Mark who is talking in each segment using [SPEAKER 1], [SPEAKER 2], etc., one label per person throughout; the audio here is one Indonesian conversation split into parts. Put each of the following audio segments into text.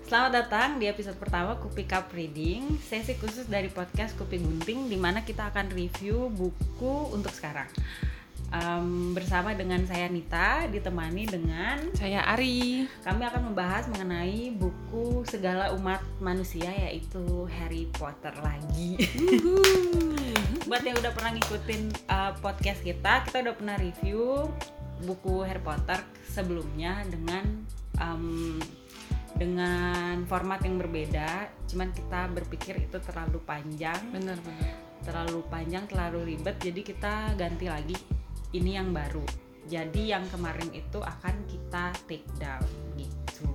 [SPEAKER 1] Selamat datang di episode pertama Kupi Cup Reading, sesi khusus dari podcast Kupi Gunting, di mana kita akan review buku untuk sekarang. Bersama dengan saya Nita, ditemani dengan
[SPEAKER 2] saya Ari.
[SPEAKER 1] Kami akan membahas mengenai buku segala umat manusia, yaitu Harry Potter lagi. Buat yang udah pernah ngikutin podcast kita udah pernah review buku Harry Potter sebelumnya dengan format yang berbeda, cuman kita berpikir itu terlalu panjang.
[SPEAKER 2] Benar.
[SPEAKER 1] Terlalu panjang, terlalu ribet, jadi kita ganti lagi. Ini yang baru. Jadi yang kemarin itu akan kita take down gitu.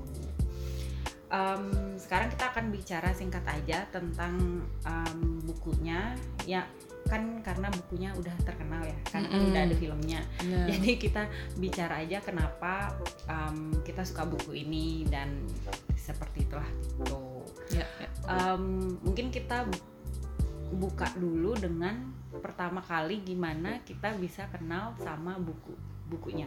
[SPEAKER 1] Sekarang kita akan bicara singkat aja tentang bukunya. Ya kan karena bukunya udah terkenal ya, kan udah ada filmnya. Jadi kita bicara aja kenapa kita suka buku ini dan seperti itulah gitu. Mungkin kita buka dulu dengan pertama kali gimana kita bisa kenal sama bukunya.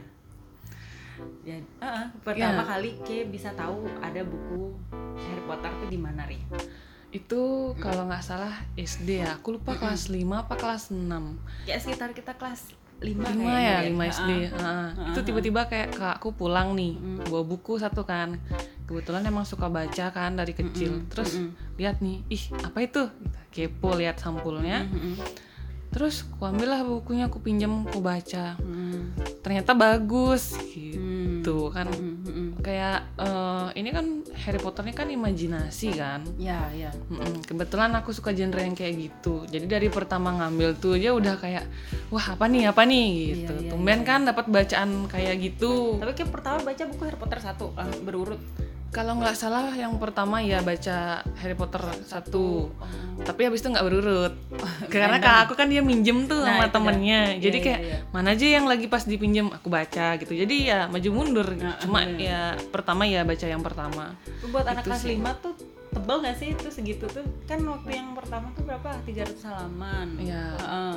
[SPEAKER 1] Jadi pertama kali bisa tahu ada buku Harry Potter tuh di mana, Ri?
[SPEAKER 2] Itu kalau nggak salah SD ya, aku lupa kelas 5 apa kelas 6.
[SPEAKER 1] Kayak sekitar kita kelas 5
[SPEAKER 2] ya, 5 SD. Itu tiba-tiba kayak kakakku pulang nih, bawa buku satu kan. Kebetulan emang suka baca kan dari kecil. Terus lihat nih, apa itu? Kepo lihat sampulnya. Terus aku ambillah bukunya, aku pinjam, aku baca. Ternyata bagus gitu kan. Kayak ini kan Harry Potter ini kan imajinasi kan.
[SPEAKER 1] Iya.
[SPEAKER 2] Kebetulan aku suka genre yang kayak gitu. Jadi dari pertama ngambil tuh aja udah kayak wah apa nih gitu. Tumben kan dapat bacaan kayak gitu.
[SPEAKER 1] Tapi kayak pertama baca buku Harry Potter 1 berurut.
[SPEAKER 2] Kalau nggak salah yang pertama ya baca Harry Potter 1. Tapi habis itu nggak berurut. Karena kak aku kan dia minjem tuh sama temennya. Jadi kayak mana aja yang lagi pas dipinjem aku baca gitu. Jadi ya maju mundur. Cuma ya pertama ya baca yang pertama.
[SPEAKER 1] Buat anak kelas 5 tuh tebel nggak sih itu segitu tuh? Kan waktu yang pertama tuh berapa? 300 halaman.
[SPEAKER 2] Iya.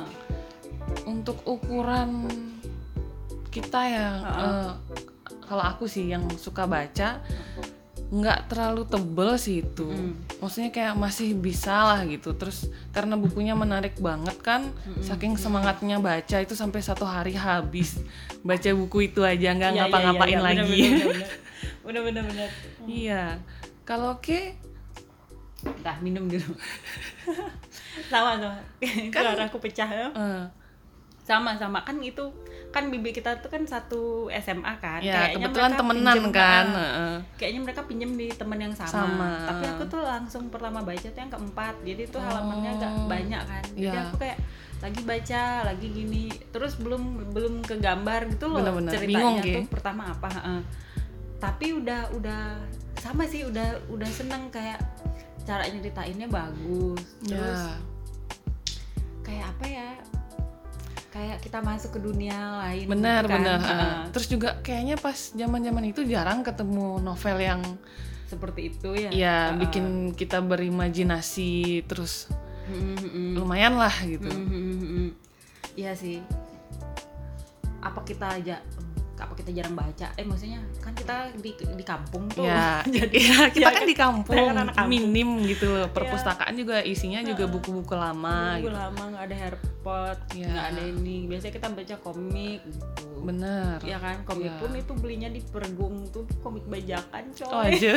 [SPEAKER 2] Untuk ukuran kita ya kalau aku sih yang suka baca nggak terlalu tebel sih itu. Maksudnya kayak masih bisa lah gitu. Terus karena bukunya menarik banget kan, saking semangatnya baca itu sampai 1 hari habis baca buku itu aja, nggak ngapa-ngapain lagi.
[SPEAKER 1] Bener.
[SPEAKER 2] Iya. Kalau
[SPEAKER 1] Entah minum dulu. sama kan aku pecah ya. Sama kan itu kan bibi kita tuh kan satu SMA kan,
[SPEAKER 2] ya,
[SPEAKER 1] kayaknya
[SPEAKER 2] kebetulan temenan kan.
[SPEAKER 1] Kayaknya mereka pinjem di temen yang sama. Tapi aku tuh langsung pertama baca tuh yang keempat, jadi tuh halamannya agak banyak kan. Jadi aku kayak lagi baca lagi gini, terus belum ke gambar gitu loh.
[SPEAKER 2] Bener-bener.
[SPEAKER 1] Ceritanya
[SPEAKER 2] Bingung,
[SPEAKER 1] tuh pertama apa. Tapi udah sama sih, udah seneng, kayak cara nyeritainnya bagus. Terus kayak apa ya? Kayak kita masuk ke dunia lain.
[SPEAKER 2] Benar.
[SPEAKER 1] Terus
[SPEAKER 2] juga kayaknya pas zaman itu jarang ketemu novel yang
[SPEAKER 1] seperti itu ya.
[SPEAKER 2] Iya, bikin kita berimajinasi terus lumayan lah gitu.
[SPEAKER 1] Iya sih. Apa kita jarang baca? Maksudnya kan kita di kampung tuh.
[SPEAKER 2] Ya, jadi kita kan di kampung, minim gitu loh. Perpustakaan juga isinya juga buku-buku lama.
[SPEAKER 1] Buku lama, nggak ada Harry Potter, nggak ada ini. Biasanya kita baca komik gitu.
[SPEAKER 2] Bener.
[SPEAKER 1] Ya kan, komik pun itu belinya di Pergung tuh, komik bajakan coy.
[SPEAKER 2] Oh aja.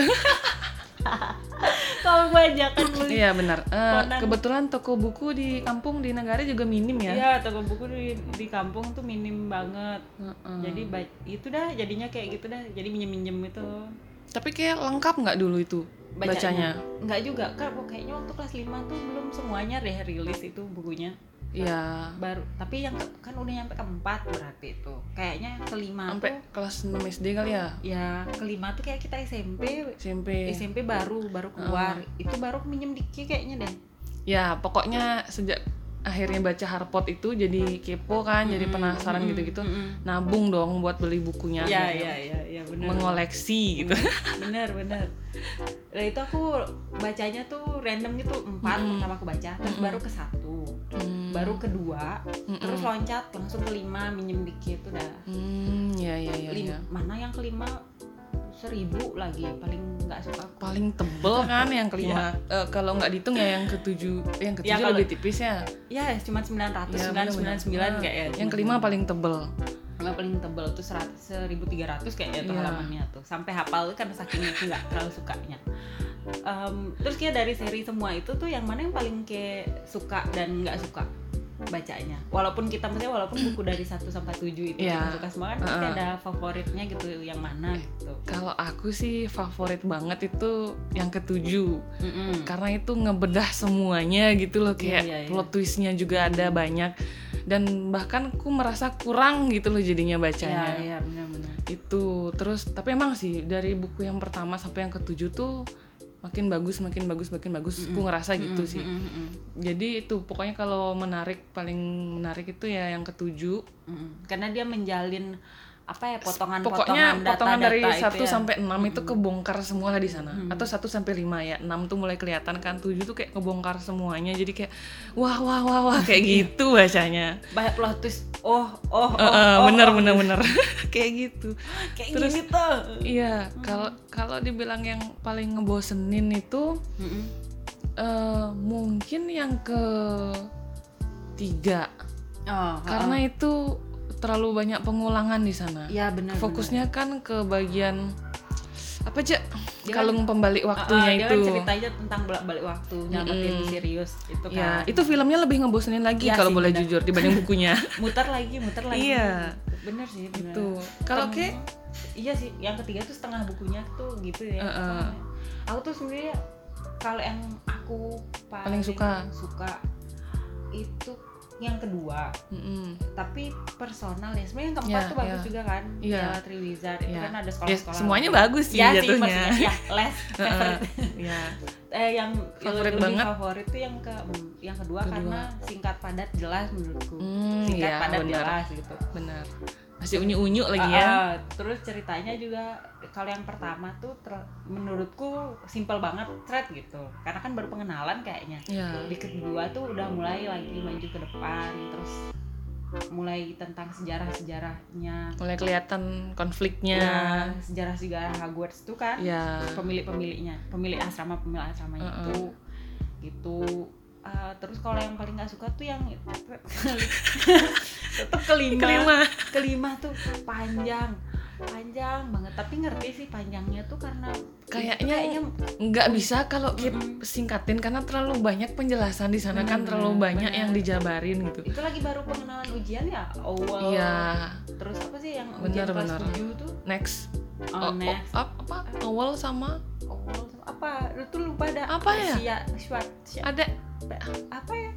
[SPEAKER 1] Komik bajakan beli.
[SPEAKER 2] Iya benar. Kebetulan toko buku di kampung di negara juga minim ya.
[SPEAKER 1] Iya, toko buku di kampung tuh minim banget. Jadi itu dah jadinya kayak gitu dah. Jadi minjem itu.
[SPEAKER 2] Tapi kayak lengkap nggak dulu itu bacanya?
[SPEAKER 1] Nggak juga, kayaknya waktu kelas 5 tuh belum semuanya deh rilis itu bukunya.
[SPEAKER 2] Iya.
[SPEAKER 1] Baru, tapi yang kan udah nyampe ke-4 berarti itu. Kayaknya ke-5
[SPEAKER 2] sampai
[SPEAKER 1] tuh
[SPEAKER 2] kelas 6 SD kali ya.
[SPEAKER 1] Ya, ke-5 tuh kayak kita SMP baru keluar. Itu baru minjem dikit kayaknya deh.
[SPEAKER 2] Ya, pokoknya sejak akhirnya baca Harpot itu jadi kepo kan, jadi penasaran gitu-gitu. Nabung dong buat beli bukunya.
[SPEAKER 1] Iya, benar.
[SPEAKER 2] Mengoleksi gitu.
[SPEAKER 1] Benar. Nah, itu aku bacanya tuh random gitu, 4 pertama aku baca, terus baru ke 1. Baru ke 2, terus loncat langsung ke 5, minjem dikit udah.
[SPEAKER 2] Iya.
[SPEAKER 1] Mana yang ke 5 1000 lagi paling nggak suka aku.
[SPEAKER 2] Paling tebel kan yang kelima. Kalau nggak dihitung ya yang ketujuh lebih tipis ya.
[SPEAKER 1] Ya cuma 999 kayak.
[SPEAKER 2] Yang kelima paling tebel.
[SPEAKER 1] Yang paling tebel tuh 1300 kayaknya tuh halamannya tuh. Sampai hafal kan saking nggak terlalu sukanya. Terus kayak dari seri semua itu tuh yang mana yang paling kayak suka dan nggak suka bacanya, walaupun buku dari 1 sampai 7 itu kita suka semua kan, pasti ada favoritnya gitu, yang mana gitu.
[SPEAKER 2] Kalau aku sih favorit banget itu yang ke-7, karena itu ngebedah semuanya gitu loh, kayak plot twistnya juga ada banyak, dan bahkan aku merasa kurang gitu loh jadinya bacanya.
[SPEAKER 1] Iya benar-benar.
[SPEAKER 2] Itu terus, tapi emang sih dari buku yang pertama sampai yang ke-7 tuh makin bagus, aku ngerasa gitu sih. Jadi itu pokoknya kalau paling menarik itu ya yang ke-7,
[SPEAKER 1] karena dia menjalin potongan
[SPEAKER 2] dari 1 sampai 6 itu kebongkar semua lah di sana. Atau 1 sampai 5 ya. 6 tuh mulai kelihatan kan, 7 tuh kayak kebongkar semuanya. Jadi kayak wah kayak gitu bacanya.
[SPEAKER 1] Banyak plot twist.
[SPEAKER 2] Bener. Kayak gitu.
[SPEAKER 1] Kayak
[SPEAKER 2] terus
[SPEAKER 1] gini tuh.
[SPEAKER 2] Iya, kalau dibilang yang paling ngebosenin itu mungkin yang ke-3. Karena itu terlalu banyak pengulangan di sana.
[SPEAKER 1] Iya benar.
[SPEAKER 2] Fokusnya kan ke bagian apa aja? Kalung pembalik waktunya itu.
[SPEAKER 1] Dia kan ceritanya tentang balik waktu, nyelamatin Sirius itu kan.
[SPEAKER 2] Ya, itu filmnya lebih ngebosenin lagi kalau boleh jujur dibanding bukunya.
[SPEAKER 1] muter lagi.
[SPEAKER 2] Iya.
[SPEAKER 1] Bener sih, bener.
[SPEAKER 2] Itu. Kalau
[SPEAKER 1] iya sih, yang ketiga tuh setengah bukunya tuh gitu ya. Aku tuh sebenarnya kalau yang aku paling suka itu yang kedua, tapi personal ya. Sebenarnya yang keempat tuh bagus juga kan, ya Three Wizard itu kan ada sekolah-sekolah.
[SPEAKER 2] Semuanya bagus sih jatuhnya.
[SPEAKER 1] Les favorite. Yang
[SPEAKER 2] favorit
[SPEAKER 1] lebih
[SPEAKER 2] banget.
[SPEAKER 1] Favorit tuh yang kedua karena singkat padat jelas menurutku. Singkat padat jelas gitu.
[SPEAKER 2] Benar. Masih unyu-unyu lagi ya.
[SPEAKER 1] Terus ceritanya juga kalau yang pertama tuh menurutku simple banget, thread gitu. Karena kan baru pengenalan kayaknya. Di kedua tuh udah mulai lagi maju ke depan, terus mulai tentang sejarah-sejarahnya. Mulai
[SPEAKER 2] kelihatan konfliknya.
[SPEAKER 1] Sejarah-sejarah Hogwarts tuh kan. Pemilik-pemiliknya, pemilik asramanya itu gitu. Terus kalau yang paling nggak suka tuh yang tetap kelima tuh panjang banget, tapi ngerti sih panjangnya tuh karena
[SPEAKER 2] kayaknya nggak bisa kalau kita singkatin karena terlalu banyak penjelasan di sana kan, terlalu banyak yang dijabarin gitu.
[SPEAKER 1] Itu lagi baru pengenalan ujian ya, awal. Terus apa sih yang ujian kelas 7 tuh?
[SPEAKER 2] Next. Awal sama
[SPEAKER 1] apa? Lu tuh lupa ada
[SPEAKER 2] apa ya? Ada
[SPEAKER 1] apa ya?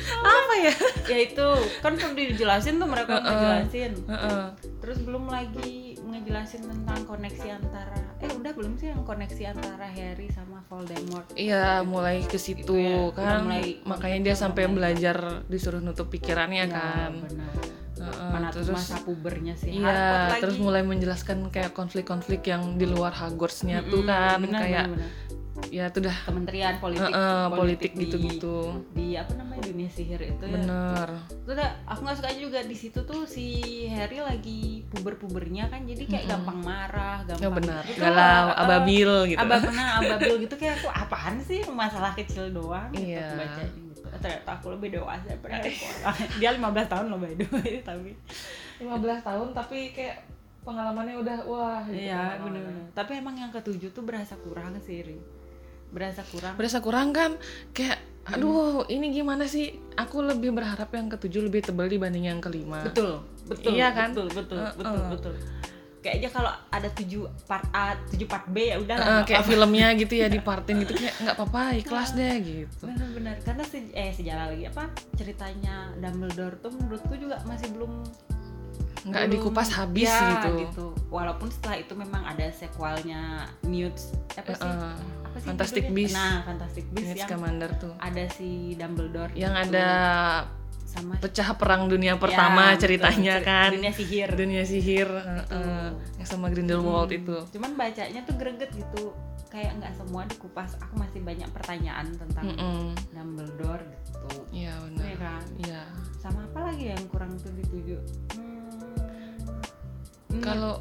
[SPEAKER 2] Ya
[SPEAKER 1] itu kan belum dijelasin tuh, mereka ngejelasin. Terus belum lagi ngejelasin tentang koneksi antara belum sih yang koneksi antara Harry sama Voldemort.
[SPEAKER 2] Iya, mulai ke situ ya, kan. Makanya dia sampai belajar disuruh nutup pikirannya kan.
[SPEAKER 1] Benar. Terus masa pubernya sih.
[SPEAKER 2] Iya, terus mulai menjelaskan kayak konflik-konflik yang di luar Hogwarts-nya tuh kan, kayak ya itu dah
[SPEAKER 1] kementerian politik
[SPEAKER 2] gitu-gitu
[SPEAKER 1] di apa namanya dunia sihir itu ya.
[SPEAKER 2] Bener.
[SPEAKER 1] Itu dah aku nggak suka juga di situ tuh si Harry lagi pubernya kan, jadi kayak gampang marah, gampang
[SPEAKER 2] galau, ababil gitu.
[SPEAKER 1] Ababil gitu, kayak aku apaan sih, masalah kecil doang gitu bacanya gitu. Ternyata aku lebih dewasa daripada dia 15 tahun loh by the way, tapi
[SPEAKER 2] 15 tahun tapi kayak pengalamannya udah wah gitu.
[SPEAKER 1] Iya benar. Tapi emang yang ke-7 tuh berasa kurang sih, berasa kurang kan, kayak aduh ini gimana sih, aku lebih berharap yang ke-7 lebih tebal dibanding yang ke-5. Betul
[SPEAKER 2] iya kan,
[SPEAKER 1] betul. Kayaknya kalau ada 7 part A 7 part B ya udah
[SPEAKER 2] kayak filmnya gitu ya, dipartin gitu, kayak nggak apa-apa, ikhlas deh gitu.
[SPEAKER 1] Benar karena sejarah lagi ceritanya Dumbledore tuh menurutku juga masih belum
[SPEAKER 2] nggak dikupas habis gitu.
[SPEAKER 1] Walaupun setelah itu memang ada sequelnya Newt
[SPEAKER 2] Fantastic Beasts.
[SPEAKER 1] Fantastic Beasts yang
[SPEAKER 2] Scamander tuh.
[SPEAKER 1] Ada si Dumbledore
[SPEAKER 2] yang itu ada sama pecah perang dunia pertama ceritanya kan. Dunia sihir yang sama Grindelwald itu.
[SPEAKER 1] Cuman bacanya tuh greget gitu. Kayak nggak semua dikupas. Aku masih banyak pertanyaan tentang Dumbledore gitu.
[SPEAKER 2] Iya benar.
[SPEAKER 1] Iya kan?
[SPEAKER 2] Iya.
[SPEAKER 1] Sama apa lagi yang kurang tuh di 7?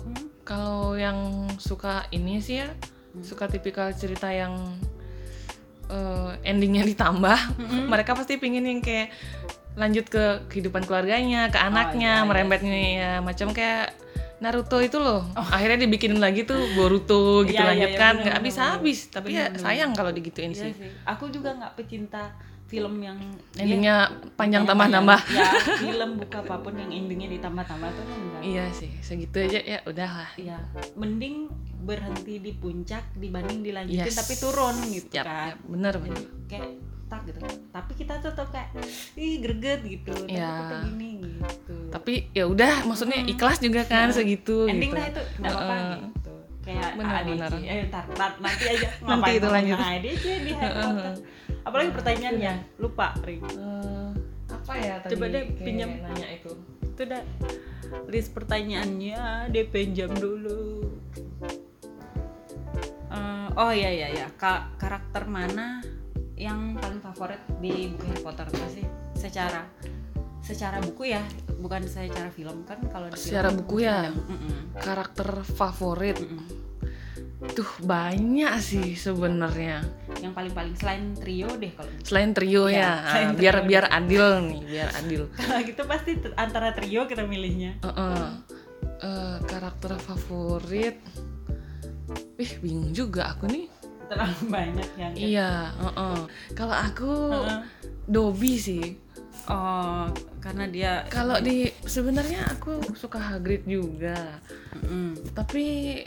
[SPEAKER 2] Kalau yang suka ini sih ya, suka tipikal cerita yang endingnya ditambah. Mereka pasti pingin yang kayak lanjut ke kehidupan keluarganya, ke anaknya, merembetnya ya, macam kayak Naruto itu loh. Akhirnya dibikinin lagi tuh Boruto gitu, lanjutkan nggak habis-habis. Tapi ya sayang kalau digituin sih.
[SPEAKER 1] Aku juga nggak pecinta film yang
[SPEAKER 2] endingnya panjang tambah-tambah.
[SPEAKER 1] Ya, film buka apapun yang endingnya ditambah-tambah tuh enggak.
[SPEAKER 2] Iya sih, segitu aja ya udahlah.
[SPEAKER 1] Iya, mending berhenti di puncak dibanding dilanjutin tapi turun gitu kan.
[SPEAKER 2] Bener.
[SPEAKER 1] Kayak tak gitu. Tapi kita tetap kayak greget gitu.
[SPEAKER 2] Iya.
[SPEAKER 1] Tapi gini gitu.
[SPEAKER 2] Tapi ya udah, maksudnya ikhlas juga kan segitu.
[SPEAKER 1] Ending
[SPEAKER 2] gitu.
[SPEAKER 1] lah itu enggak apa-apa gitu. Kayak
[SPEAKER 2] bener.
[SPEAKER 1] nanti aja
[SPEAKER 2] nanti itu lanjut.
[SPEAKER 1] ADC di Harry Potter. Apalagi pertanyaannya lupa, Ring.
[SPEAKER 2] Apa ya tadi?
[SPEAKER 1] Coba deh pinjam
[SPEAKER 2] nanya itu.
[SPEAKER 1] Itu dah list pertanyaannya, dia pinjam dulu. Oh iya. Karakter mana yang paling favorit di buku Harry Potter itu sih? Secara buku ya, bukan secara film kan. Kalau
[SPEAKER 2] secara
[SPEAKER 1] film,
[SPEAKER 2] buku ya, karakter favorit. Tuh banyak sih sebenarnya.
[SPEAKER 1] Yang paling selain trio deh kalau.
[SPEAKER 2] Selain trio ya. Biar adil nih, biar adil.
[SPEAKER 1] Kalau gitu pasti antara trio kita milihnya.
[SPEAKER 2] Karakter favorit. Bingung juga aku nih.
[SPEAKER 1] Terlalu banyak yang.
[SPEAKER 2] Iya. Kalau aku Dobby sih.
[SPEAKER 1] Oh, karena dia.
[SPEAKER 2] Kalau sebenarnya aku suka Hagrid juga. Tapi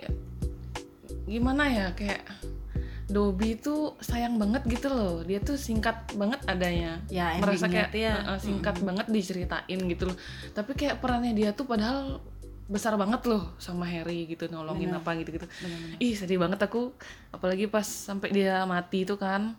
[SPEAKER 2] gimana ya, kayak Dobby tuh sayang banget gitu loh. Dia tuh singkat banget adanya.
[SPEAKER 1] Ya,
[SPEAKER 2] merasa kayak
[SPEAKER 1] singkat
[SPEAKER 2] banget diceritain gitu loh. Tapi kayak perannya dia tuh padahal besar banget loh sama Harry gitu, nolongin apa gitu-gitu. Ih, sedih banget aku, apalagi pas sampai dia mati itu kan.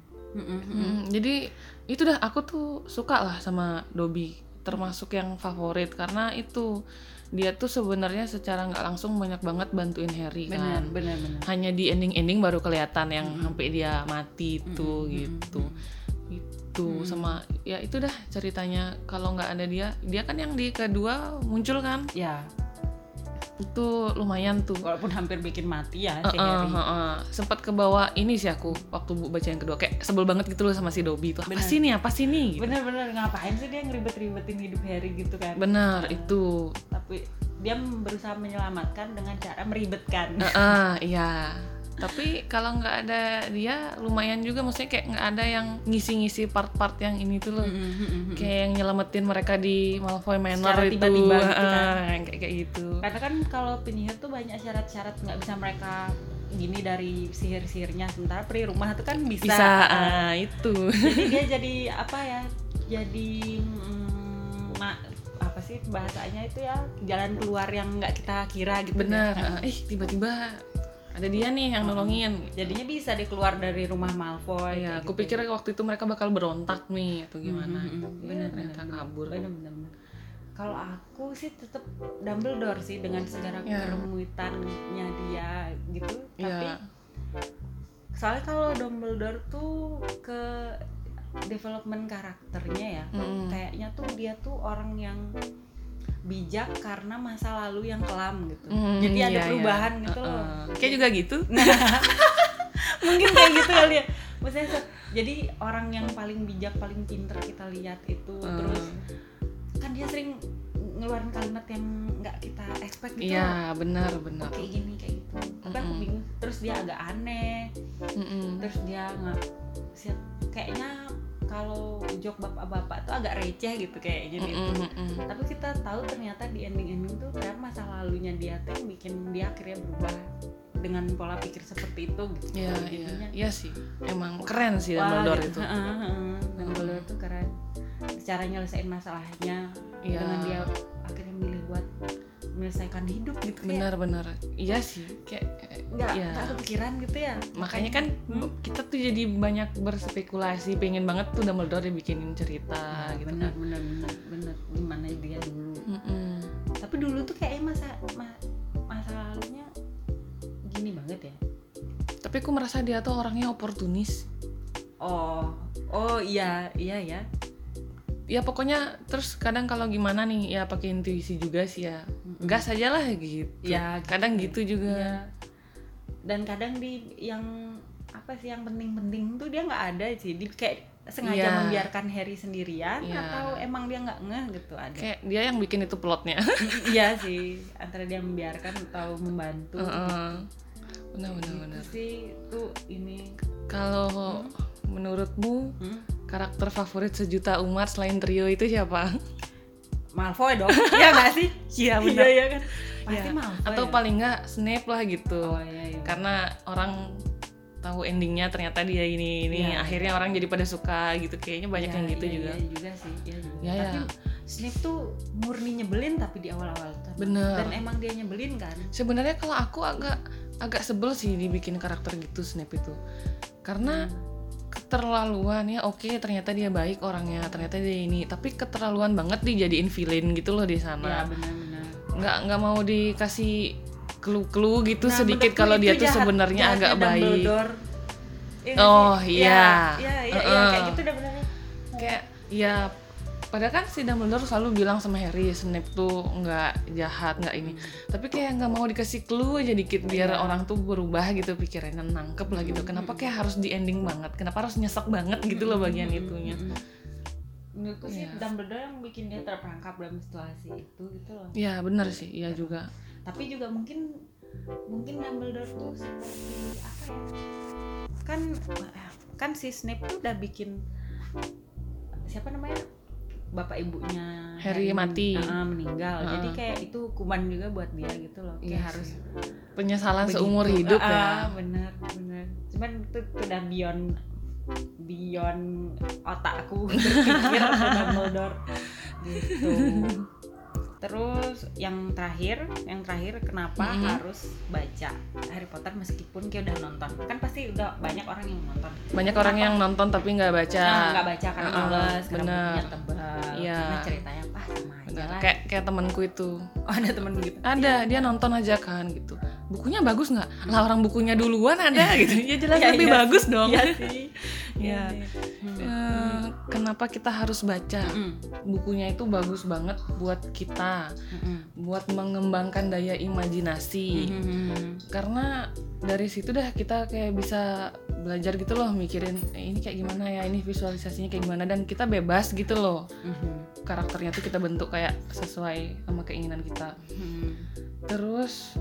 [SPEAKER 2] Jadi itu dah, aku tuh suka lah sama Dobby, termasuk yang favorit karena itu dia tuh sebenarnya secara nggak langsung banyak banget bantuin Harry kan.
[SPEAKER 1] Bener.
[SPEAKER 2] Hanya di ending baru kelihatan yang sampai dia mati itu gitu. Itu sama ya itu dah ceritanya. Kalau nggak ada dia kan yang di kedua muncul kan?
[SPEAKER 1] Ya.
[SPEAKER 2] Itu lumayan tuh.
[SPEAKER 1] Walaupun hampir bikin mati ya si Harry.
[SPEAKER 2] Sempat ke bawah ini sih aku waktu baca yang kedua, kayak sebel banget gitu loh sama si Dobby tuh. Apa sih nih? Gitu.
[SPEAKER 1] Bener, ngapain sih dia ngeribet-ribetin hidup Harry gitu kan?
[SPEAKER 2] Bener, itu.
[SPEAKER 1] Tapi dia berusaha menyelamatkan dengan cara meribetkan.
[SPEAKER 2] Iya. Tapi kalau nggak ada dia lumayan juga, maksudnya kayak nggak ada yang ngisi-ngisi part-part yang ini tuh loh. Kayak yang nyelamatin mereka di Malfoy Manor
[SPEAKER 1] secara
[SPEAKER 2] itu.
[SPEAKER 1] Tiba-tiba gitu kan.
[SPEAKER 2] Kayak gitu.
[SPEAKER 1] Karena kan kalau penyihir tuh banyak syarat-syarat, nggak bisa mereka gini dari sihir-sihirnya, sementara peri rumah itu kan bisa.
[SPEAKER 2] Itu.
[SPEAKER 1] Jadi dia jadi apa ya? Jadi apa sih bahasanya itu ya, jalan keluar yang nggak kita kira gitu.
[SPEAKER 2] Bener. Tiba-tiba ada dia nih yang nolongin.
[SPEAKER 1] Jadinya bisa dia keluar dari rumah Malfoy.
[SPEAKER 2] Iya, aku pikir waktu itu mereka bakal berontak nih atau gimana.
[SPEAKER 1] Bener,
[SPEAKER 2] kabur.
[SPEAKER 1] Bener. Kalau aku sih tetap Dumbledore sih, dengan segala keremuitannya dia gitu. Tapi soalnya kalau Dumbledore tuh ke development karakternya ya, kayaknya tuh dia tuh orang yang bijak karena masa lalu yang kelam gitu. Jadi ada perubahan gitu loh.
[SPEAKER 2] Kayak juga gitu.
[SPEAKER 1] Mungkin kayak gitu kali ya. Maksudnya jadi orang yang paling bijak, paling pinter kita lihat itu, terus kan dia sering ngeluarin kalimat yang nggak kita expect gitu.
[SPEAKER 2] Iya, benar.
[SPEAKER 1] Kayak gini, kayak gitu. Tapi aku bingung. Terus dia agak aneh. Terus dia nggak kayaknya kalau jok bapak-bapak tuh agak receh gitu kayaknya gitu. Tapi kita tahu ternyata di ending-ending tuh ternyata masa lalunya dia tuh yang bikin dia akhirnya berubah dengan pola pikir seperti itu gitu.
[SPEAKER 2] Iya sih. Emang keren sih Dumbledore itu.
[SPEAKER 1] Dumbledore tuh keren. Cara nyelesain masalahnya dengan dia akhirnya milih buat menyelesaikan hidup gitu.
[SPEAKER 2] Benar. Iya sih. Kayak
[SPEAKER 1] nggak kepikiran gitu ya.
[SPEAKER 2] Makanya kan kita tuh jadi banyak berspekulasi, pengen banget tuh Dumbledore dibikinin cerita gitu.
[SPEAKER 1] Benar. Gimana dia dulu. Tapi dulu tuh kayaknya masa lalunya gini banget ya.
[SPEAKER 2] Tapi aku merasa dia tuh orangnya oportunis.
[SPEAKER 1] Oh iya ya.
[SPEAKER 2] Ya pokoknya terus kadang kalau gimana nih ya pakai intuisi juga sih ya. gas aja lah gitu.
[SPEAKER 1] Ya,
[SPEAKER 2] kadang gitu juga.
[SPEAKER 1] Ya. Dan kadang di yang apa sih yang penting-penting tuh dia nggak ada sih, di kayak sengaja membiarkan Harry sendirian atau emang dia nggak ngeh gitu, ada
[SPEAKER 2] kayak dia yang bikin itu plotnya.
[SPEAKER 1] Iya sih, antara dia membiarkan atau membantu.
[SPEAKER 2] Benar.
[SPEAKER 1] Sih tuh ini.
[SPEAKER 2] Kalau menurutmu karakter favorit sejuta umat selain trio itu siapa?
[SPEAKER 1] Malfoy dong. Iya nggak sih?
[SPEAKER 2] Iya benar.
[SPEAKER 1] Iya kan pasti Malfoy.
[SPEAKER 2] Atau paling nggak Snape lah gitu.
[SPEAKER 1] Iya.
[SPEAKER 2] Karena orang tahu endingnya ternyata dia ini akhirnya orang jadi pada suka gitu, kayaknya banyak yang gitu juga.
[SPEAKER 1] Iya juga sih.
[SPEAKER 2] Iya.
[SPEAKER 1] Tapi Snape tuh murni nyebelin tapi di awal-awal tuh.
[SPEAKER 2] Bener.
[SPEAKER 1] Dan emang dia nyebelin kan.
[SPEAKER 2] Sebenarnya kalau aku agak sebel sih dibikin karakter gitu Snape itu, karena keterlaluan ya. Oke, ternyata dia baik orangnya, ternyata dia ini, tapi keterlaluan banget dijadiin villain gitu loh di sana.
[SPEAKER 1] Ya benar.
[SPEAKER 2] Nggak mau dikasih clue gitu sedikit kalau dia tuh sebenarnya agak baik. Iya,
[SPEAKER 1] kayak gitu udah benar.
[SPEAKER 2] Kayak padahal kan si Dumbledore selalu bilang sama Harry Snape tuh nggak jahat, nggak ini, tapi kayak nggak mau dikasih clue aja dikit biar orang tuh berubah gitu pikirannya, nangkep lah gitu. Kenapa kayak harus di ending banget, kenapa harus nyesek banget gitu loh bagian itunya.
[SPEAKER 1] Menurutku sih Dumbledore yang bikin dia terperangkap dalam situasi itu gitu loh.
[SPEAKER 2] Iya benar sih, iya juga.
[SPEAKER 1] Tapi juga mungkin Dumbledore tuh seperti apa ya, kan si Snape tuh udah bikin siapa namanya, bapak ibunya
[SPEAKER 2] Harry mati,
[SPEAKER 1] meninggal. Jadi kayak itu hukuman juga buat dia gitu loh. Kayak harus
[SPEAKER 2] penyesalan seumur hidup ya.
[SPEAKER 1] Bener. Cuman itu udah beyond otakku berpikir Dumbledore gitu. Terus yang terakhir kenapa harus baca Harry Potter meskipun kayak udah nonton? Kan pasti udah banyak orang yang nonton.
[SPEAKER 2] Banyak orang yang nonton tapi nggak baca.
[SPEAKER 1] Nggak baca karena males, karena bukunya tebal, karena ceritanya sama aja lah.
[SPEAKER 2] Kayak temanku itu.
[SPEAKER 1] Oh, ada temen gitu?
[SPEAKER 2] Ada, dia nonton aja kan gitu. Bukunya bagus nggak? Lah orang bukunya duluan ada gitu. Ya jelas lebih bagus dong.
[SPEAKER 1] Iya sih.
[SPEAKER 2] Iya. Kenapa kita harus baca? Bukunya itu bagus banget buat kita, buat mengembangkan daya imajinasi. Karena dari situ dah kita kayak bisa belajar gitu loh, mikirin ini kayak gimana ya, ini visualisasinya kayak gimana, dan kita bebas gitu loh. Karakternya tuh kita bentuk kayak sesuai sama keinginan kita. Terus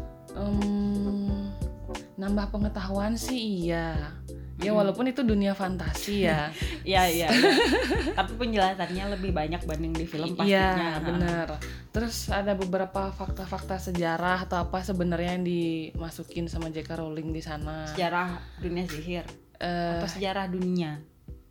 [SPEAKER 2] nambah pengetahuan sih iya. Ya walaupun itu dunia fantasi ya.
[SPEAKER 1] Iya. Tapi penjelasannya lebih banyak banding di film pastinya.
[SPEAKER 2] Iya, benar. Terus ada beberapa fakta-fakta sejarah atau apa sebenarnya yang dimasukin sama J.K. Rowling di sana.
[SPEAKER 1] Sejarah dunia sihir atau sejarah dunia?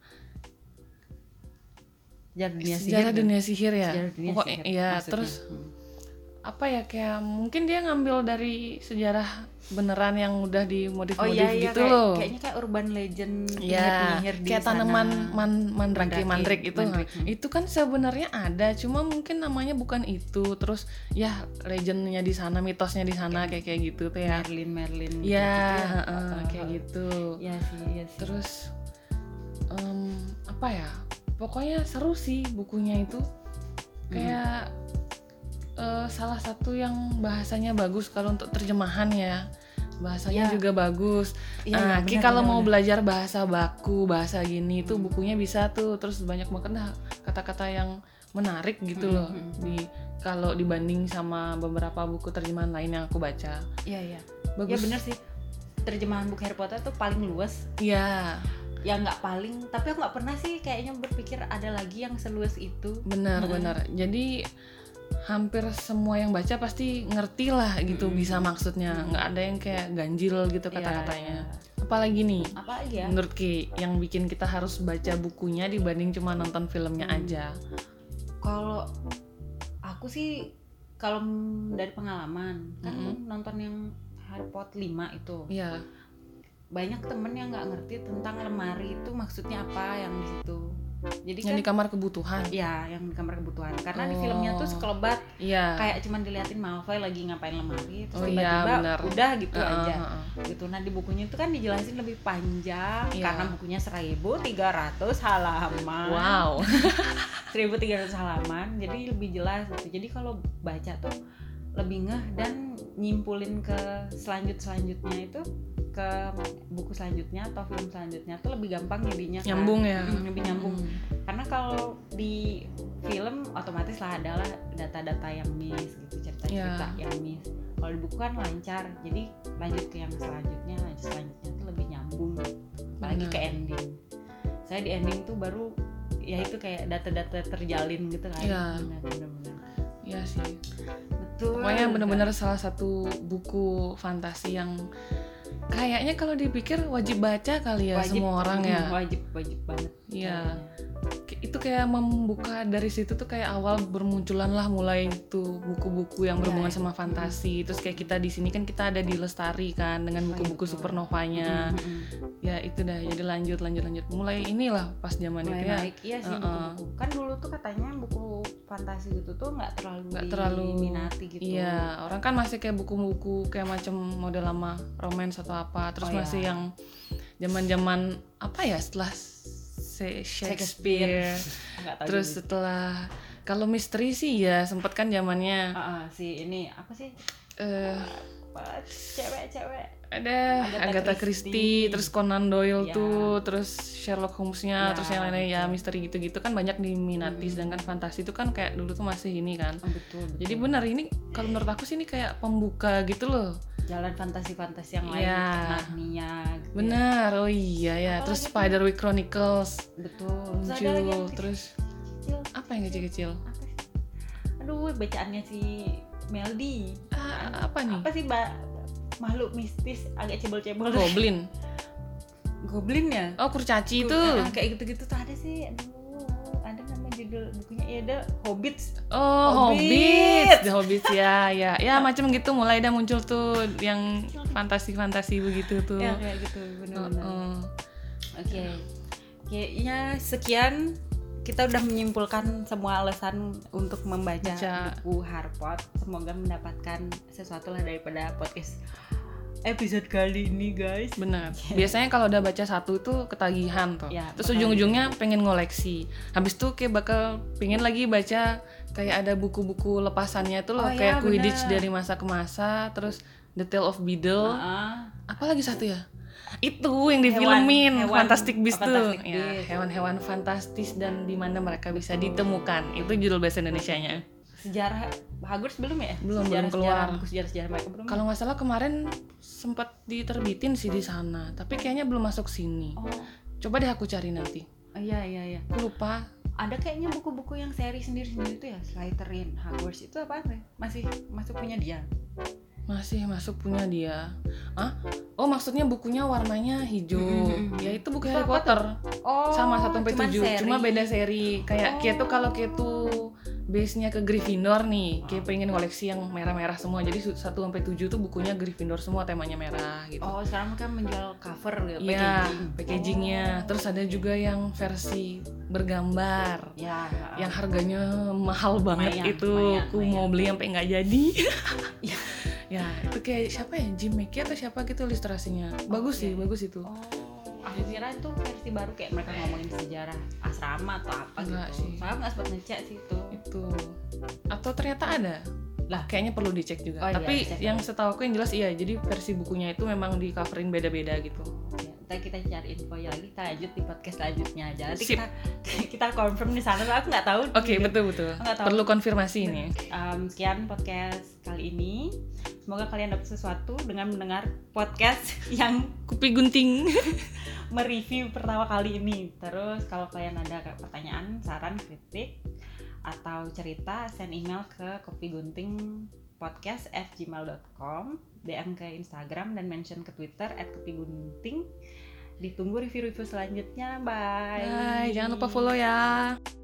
[SPEAKER 2] Sejarah dunia sihir ya. Pokoknya iya, terus apa ya, kayak mungkin dia ngambil dari sejarah beneran yang udah dimodif-modif gitu loh.
[SPEAKER 1] Kayaknya kayak urban legend,
[SPEAKER 2] penyihir di kayak sana. Tanaman mandrik itu. Itu kan sebenarnya ada, cuma mungkin namanya bukan itu. Terus ya legendnya di sana, mitosnya di sana kayak gitu tuh ya.
[SPEAKER 1] Merlin.
[SPEAKER 2] Iya, kayak gitu.
[SPEAKER 1] Iya sih.
[SPEAKER 2] Terus apa ya? Pokoknya seru sih bukunya itu. Kayak salah satu yang bahasanya bagus kalau untuk terjemahan ya, bahasanya juga bagus. Kalau mau belajar bahasa baku, bahasa gini tuh bukunya bisa tuh. Terus banyak banget dah kata-kata yang menarik gitu loh kalau dibanding sama beberapa buku terjemahan lain yang aku baca.
[SPEAKER 1] Iya.
[SPEAKER 2] Bagus.
[SPEAKER 1] Ya bener sih, terjemahan buku Harry Potter tuh paling luas.
[SPEAKER 2] Iya.
[SPEAKER 1] Ya nggak paling, tapi aku nggak pernah sih kayaknya berpikir ada lagi yang seluas itu.
[SPEAKER 2] Benar. Jadi hampir semua yang baca pasti ngerti lah gitu, bisa maksudnya, nggak ada yang kayak ganjil gitu kata-katanya. Apalagi nih?
[SPEAKER 1] Apa lagi ya?
[SPEAKER 2] Menurut Ki, yang bikin kita harus baca bukunya dibanding cuma nonton filmnya aja?
[SPEAKER 1] Kalau aku sih, kalau dari pengalaman, kan nonton yang Harry Potter 5 itu.
[SPEAKER 2] Iya.
[SPEAKER 1] Banyak temen yang nggak ngerti tentang lemari itu maksudnya apa yang di situ. Jadi
[SPEAKER 2] yang
[SPEAKER 1] kan,
[SPEAKER 2] di kamar kebutuhan.
[SPEAKER 1] Iya, yang di kamar kebutuhan. Karena di filmnya tuh sekelebat.
[SPEAKER 2] Iya.
[SPEAKER 1] Kayak cuman diliatin Malfoy lagi ngapain lemari, terus tiba-tiba udah gitu aja. Gitu. Nah, di bukunya itu kan dijelasin lebih panjang karena bukunya 1.300 halaman.
[SPEAKER 2] Wow.
[SPEAKER 1] 1.300 halaman. Jadi lebih jelas gitu. Jadi kalau baca tuh lebih ngeh dan nyimpulin ke selanjutnya itu, ke buku selanjutnya atau film selanjutnya tuh lebih gampang jadinya kan?
[SPEAKER 2] Nyambung ya.
[SPEAKER 1] Lebih nyambung. Karena kalau di film otomatis lah adalah data-data yang miss gitu, cerita-cerita yang miss. Kalau di buku kan lancar, jadi lanjut ke yang selanjutnya tuh lebih nyambung. Apalagi ke ending. Saya di ending tuh baru ya itu kayak data-data terjalin gitu kan. Benar-benar.
[SPEAKER 2] Iya sih.
[SPEAKER 1] Betul.
[SPEAKER 2] Pokoknya benar-benar salah satu buku fantasi yang kayaknya kalau dipikir wajib baca kali ya, semua orang ya.
[SPEAKER 1] Wajib banget.
[SPEAKER 2] Iya. Itu kayak membuka dari situ tuh kayak awal bermunculan lah mulai tuh buku-buku yang berhubungan sama fantasi. Terus kayak kita di sini kan kita ada di Lestari kan dengan buku-buku Supernovanya. Ya itu dah, jadi lanjut. Mulai inilah pas zaman itu ya.
[SPEAKER 1] Iya sih buku-buku. Kan dulu tuh katanya buku fantasi gitu tuh nggak terlalu diminati gitu.
[SPEAKER 2] Iya, orang kan masih kayak buku-buku kayak macam model lama romance atau apa. Terus masih yang zaman-zaman apa ya, setelah Shakespeare. Terus juga. Setelah kalau misteri sih ya sempet kan zamannya
[SPEAKER 1] si ini apa sih? Cewek
[SPEAKER 2] ada Agatha Christie, terus Conan Doyle tuh, terus Sherlock Holmes-nya, terus yang lainnya ya misteri gitu-gitu kan banyak diminati. Sedangkan fantasi itu kan kayak dulu tuh masih ini kan.
[SPEAKER 1] Betul.
[SPEAKER 2] Jadi benar ini kalau menurut aku sih ini kayak pembuka gitu loh.
[SPEAKER 1] Jalan fantasi-fantasi yang lain, Narnia gitu.
[SPEAKER 2] Benar, oh iya ya. Terus Spiderwick Chronicles.
[SPEAKER 1] Betul.
[SPEAKER 2] Terus apa yang kecil-kecil?
[SPEAKER 1] Aduh, bacaannya si Melody.
[SPEAKER 2] Apa nih?
[SPEAKER 1] Apa sih makhluk mistis agak cebol-cebol? Goblin ya?
[SPEAKER 2] Oh, kurcaci itu.
[SPEAKER 1] Kayak gitu-gitu tuh ada sih. Aduh, ada nama judul bukunya ya, ada Hobbits.
[SPEAKER 2] Oh, Hobbits. The Hobbits ya. Ya macam gitu mulai dah muncul tuh yang fantasi-fantasi begitu tuh.
[SPEAKER 1] Ya kayak gitu, benar-benar. Oke. Kayaknya sekian kita udah menyimpulkan semua alasan untuk membaca buku Harpot. Semoga mendapatkan sesuatu lah daripada podcast episode kali ini, guys.
[SPEAKER 2] Benar. Biasanya kalau udah baca satu tuh ketagihan tuh. Terus ujung-ujungnya pengen ngoleksi. Habis tuh kayak bakal pengen lagi baca kayak ada buku-buku lepasannya tuh loh, kayak Quidditch dari masa ke masa, terus The Tale of Beedle. Apa lagi satu ya? Itu yang difilmin Fantastic Beasts tuh. Ya, hewan-hewan fantastis dan di mana mereka bisa ditemukan. Itu judul bahasa Indonesianya.
[SPEAKER 1] Sejarah Hogwarts belum ya?
[SPEAKER 2] Belum keluar.
[SPEAKER 1] Sejarah mereka belum.
[SPEAKER 2] Kalau nggak salah kemarin sempat diterbitin sih di sana, tapi kayaknya belum masuk sini. Coba deh aku cari nanti.
[SPEAKER 1] Iya.
[SPEAKER 2] Aku lupa.
[SPEAKER 1] Ada kayaknya buku-buku yang seri sendiri-sendiri tuh ya, Slytherin, Hogwarts itu apa? Masih masuk punya dia?
[SPEAKER 2] Masih masuk punya dia. Oh maksudnya bukunya warnanya hijau. Ya itu buku Harry Potter. Sama 1-7. Cuma beda seri. Kayak tuh kalau tuh base-nya ke Gryffindor nih. Kayak pengen koleksi yang merah-merah semua. Jadi 1-7 tuh bukunya Gryffindor semua, temanya merah gitu.
[SPEAKER 1] Oh, sekarang kan menjual cover gitu,
[SPEAKER 2] packagingnya. Terus ada juga yang versi bergambar.
[SPEAKER 1] Ya.
[SPEAKER 2] Yang harganya mahal banget itu. Aku mau beli sampai nggak jadi. Ya, itu kayak siapa ya? Jim Mackey atau siapa gitu ilustrasinya. Bagus sih, bagus itu.
[SPEAKER 1] Aku kira itu versi baru kayak mereka ngomongin sejarah asrama atau apa gitu.
[SPEAKER 2] Sih.
[SPEAKER 1] Soalnya nggak sempat ngecek sih itu.
[SPEAKER 2] Atau ternyata ada. Lah, kayaknya perlu dicek juga. Tapi yang setahu aku yang jelas iya, jadi versi bukunya itu memang di coverin beda-beda gitu.
[SPEAKER 1] Ya, ntar kita cari info lagi, kita lanjut di podcast selanjutnya aja. Nanti kita confirm di sana, aku nggak tahu.
[SPEAKER 2] Oke, betul. Perlu konfirmasi ini.
[SPEAKER 1] Sekian podcast kali ini. Semoga kalian dapat sesuatu dengan mendengar podcast yang
[SPEAKER 2] Kupi Gunting
[SPEAKER 1] mereview pertama kali ini. Terus kalau kalian ada pertanyaan, saran, kritik atau cerita, send email ke kopiguntingpodcast@gmail.com, DM ke Instagram dan mention ke Twitter @kopigunting. Ditunggu review-review selanjutnya. Bye.
[SPEAKER 2] Jangan lupa follow ya.